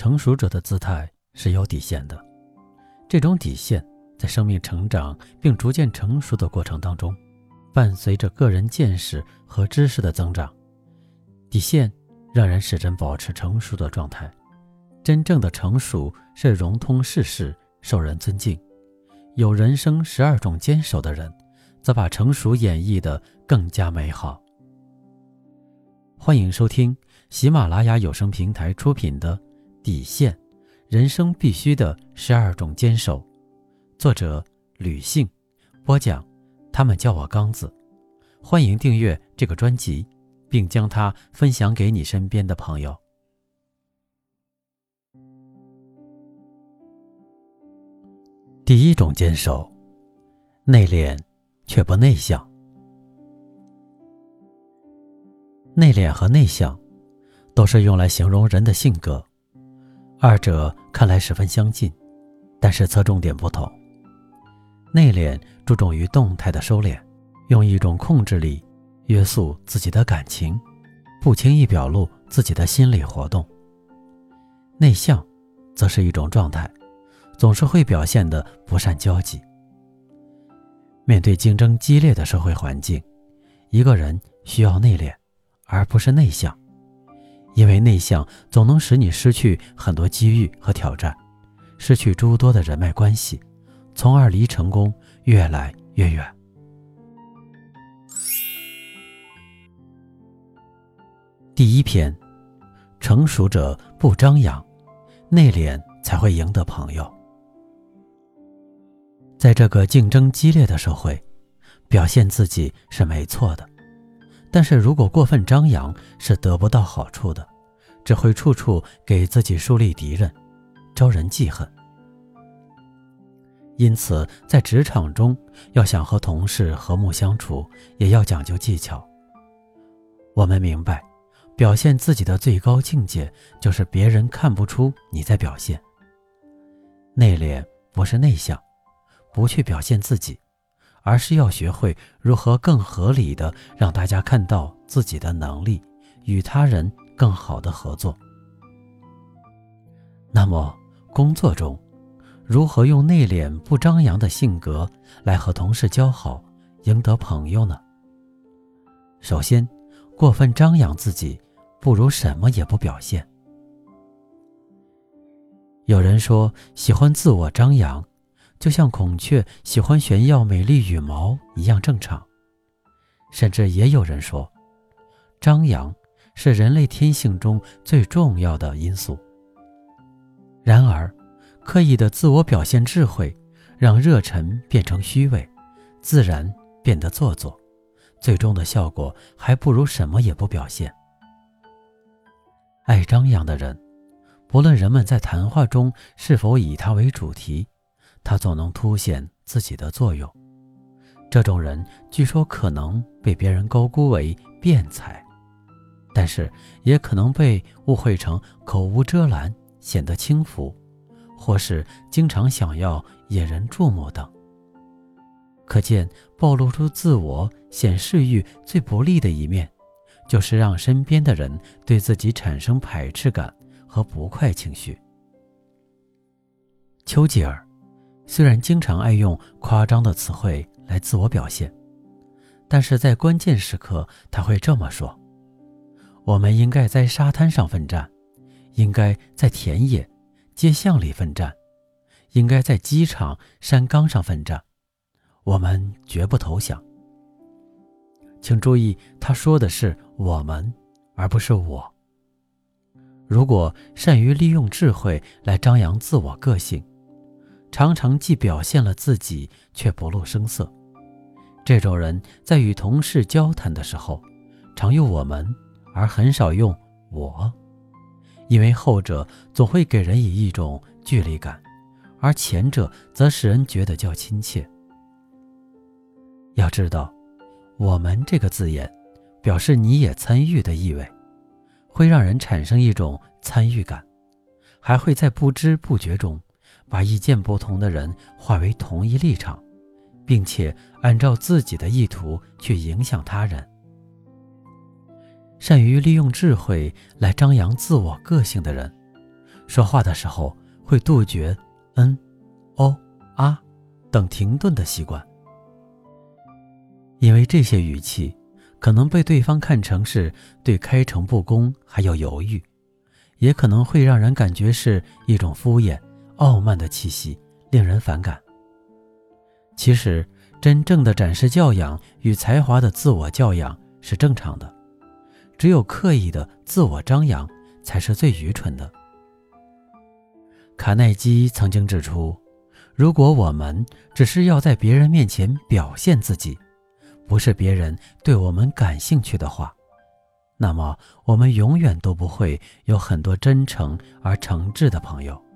成熟者的姿态是有底线的，这种底线在生命成长并逐渐成熟的过程当中，伴随着个人见识和知识的增长，底线让人始终保持成熟的状态。真正的成熟是融通世事，受人尊敬。有人生12种坚守的人，则把成熟演绎得更加美好。欢迎收听喜马拉雅有声平台出品的《底线：人生必须的12种坚守》，作者吕信，播讲他们叫我刚子。欢迎订阅这个专辑，并将它分享给你身边的朋友。第一种坚守，内敛却不内向。内敛和内向都是用来形容人的性格，二者看来十分相近，但是侧重点不同。内敛注重于动态的收敛，用一种控制力约束自己的感情，不轻易表露自己的心理活动。内向则是一种状态，总是会表现得不善交际。面对竞争激烈的社会环境，一个人需要内敛，而不是内向，因为内向总能使你失去很多机遇和挑战，失去诸多的人脉关系，从而离成功越来越远。第一篇，成熟者不张扬，内敛才会赢得朋友。在这个竞争激烈的社会，表现自己是没错的，但是如果过分张扬是得不到好处的，只会处处给自己树立敌人，招人记恨。因此在职场中，要想和同事和睦相处，也要讲究技巧。我们明白，表现自己的最高境界就是别人看不出你在表现。内敛不是内向，不去表现自己，而是要学会如何更合理地让大家看到自己的能力，与他人更好的合作。那么工作中，如何用内敛不张扬的性格来和同事交好，赢得朋友呢？首先，过分张扬自己，不如什么也不表现。有人说，喜欢自我张扬，就像孔雀喜欢炫耀美丽羽毛一样正常。甚至也有人说，张扬是人类天性中最重要的因素。然而，刻意的自我表现智慧，让热忱变成虚伪，自然变得做作，最终的效果还不如什么也不表现。爱张扬的人，不论人们在谈话中是否以他为主题，他总能凸显自己的作用。这种人据说可能被别人高估为辩才，但是也可能被误会成口无遮拦，显得轻浮，或是经常想要引人注目等。可见暴露出自我显示欲最不利的一面，就是让身边的人对自己产生排斥感和不快情绪。丘吉尔虽然经常爱用夸张的词汇来自我表现，但是在关键时刻他会这么说：我们应该在沙滩上奋战，应该在田野、街巷里奋战，应该在机场、山岗上奋战，我们绝不投降。请注意，他说的是我们，而不是我。如果善于利用智慧来张扬自我个性，常常既表现了自己，却不露声色，这种人在与同事交谈的时候，常用我们，而很少用我，因为后者总会给人以一种距离感，而前者则使人觉得较亲切。要知道，我们这个字眼表示你也参与的意味，会让人产生一种参与感，还会在不知不觉中把意见不同的人化为同一立场，并且按照自己的意图去影响他人。善于利用智慧来张扬自我个性的人， 说话的时候会杜绝嗯、哦、啊等停顿的习惯，因为这些语气可能被对方看成是对开诚布公还有犹豫，也可能会让人感觉是一种敷衍、傲慢的气息，令人反感。其实，真正的展示教养与才华的自我教养是正常的，只有刻意的自我张扬才是最愚蠢的。卡耐基曾经指出，如果我们只是要在别人面前表现自己，不是别人对我们感兴趣的话，那么我们永远都不会有很多真诚而诚挚的朋友。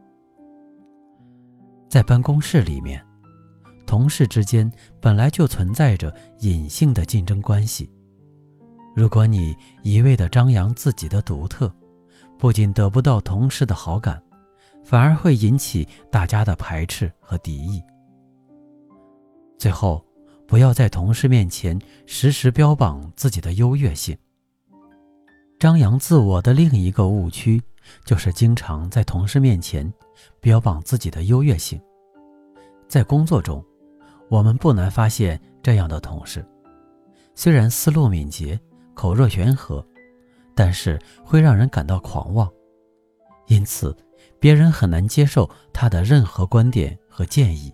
在办公室里面，同事之间本来就存在着隐性的竞争关系。如果你一味地张扬自己的独特，不仅得不到同事的好感，反而会引起大家的排斥和敌意。最后，不要在同事面前时时标榜自己的优越性。张扬自我的另一个误区，就是经常在同事面前标榜自己的优越性。在工作中，我们不难发现这样的同事，虽然思路敏捷，口若悬河，但是会让人感到狂妄，因此别人很难接受他的任何观点和建议。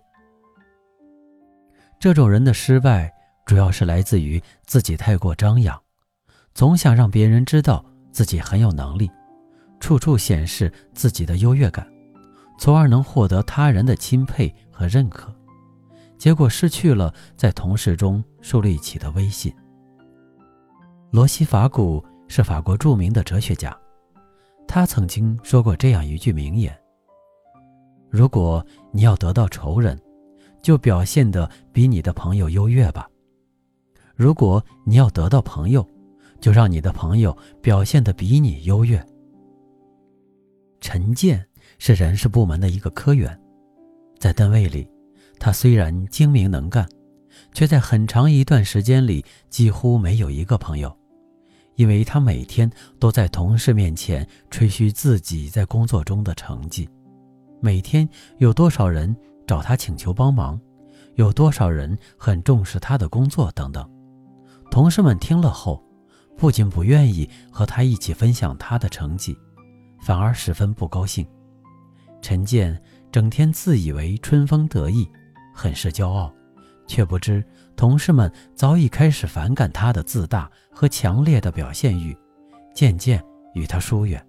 这种人的失败主要是来自于自己太过张扬，总想让别人知道自己很有能力，处处显示自己的优越感，从而能获得他人的钦佩和认可，结果失去了在同事中树立起的威信。罗西法古是法国著名的哲学家，他曾经说过这样一句名言：如果你要得到仇人，就表现得比你的朋友优越吧；如果你要得到朋友，就让你的朋友表现得比你优越。陈建是人事部门的一个科员，在单位里，他虽然精明能干，却在很长一段时间里几乎没有一个朋友，因为他每天都在同事面前吹嘘自己在工作中的成绩，每天有多少人找他请求帮忙，有多少人很重视他的工作等等。同事们听了后，不仅不愿意和他一起分享他的成绩，反而十分不高兴。陈建整天自以为春风得意，很是骄傲，却不知同事们早已开始反感他的自大和强烈的表现欲，渐渐与他疏远。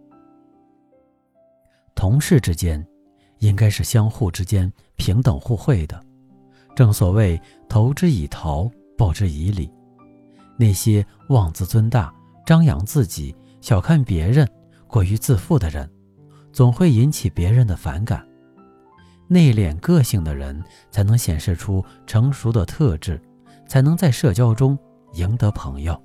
同事之间应该是相互之间平等互惠的，正所谓投之以桃，报之以李。那些妄自尊大、张扬自己、小看别人、过于自负的人，总会引起别人的反感。内敛个性的人才能显示出成熟的特质，才能在社交中赢得朋友。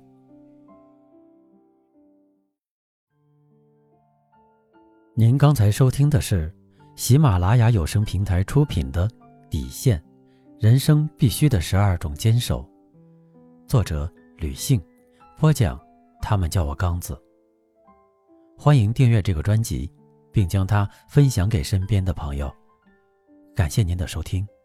您刚才收听的是喜马拉雅有声平台出品的《底线：人生必须的12种坚守》，作者吕信，播讲他们叫我刚子。欢迎订阅这个专辑，并将它分享给身边的朋友。感谢您的收听。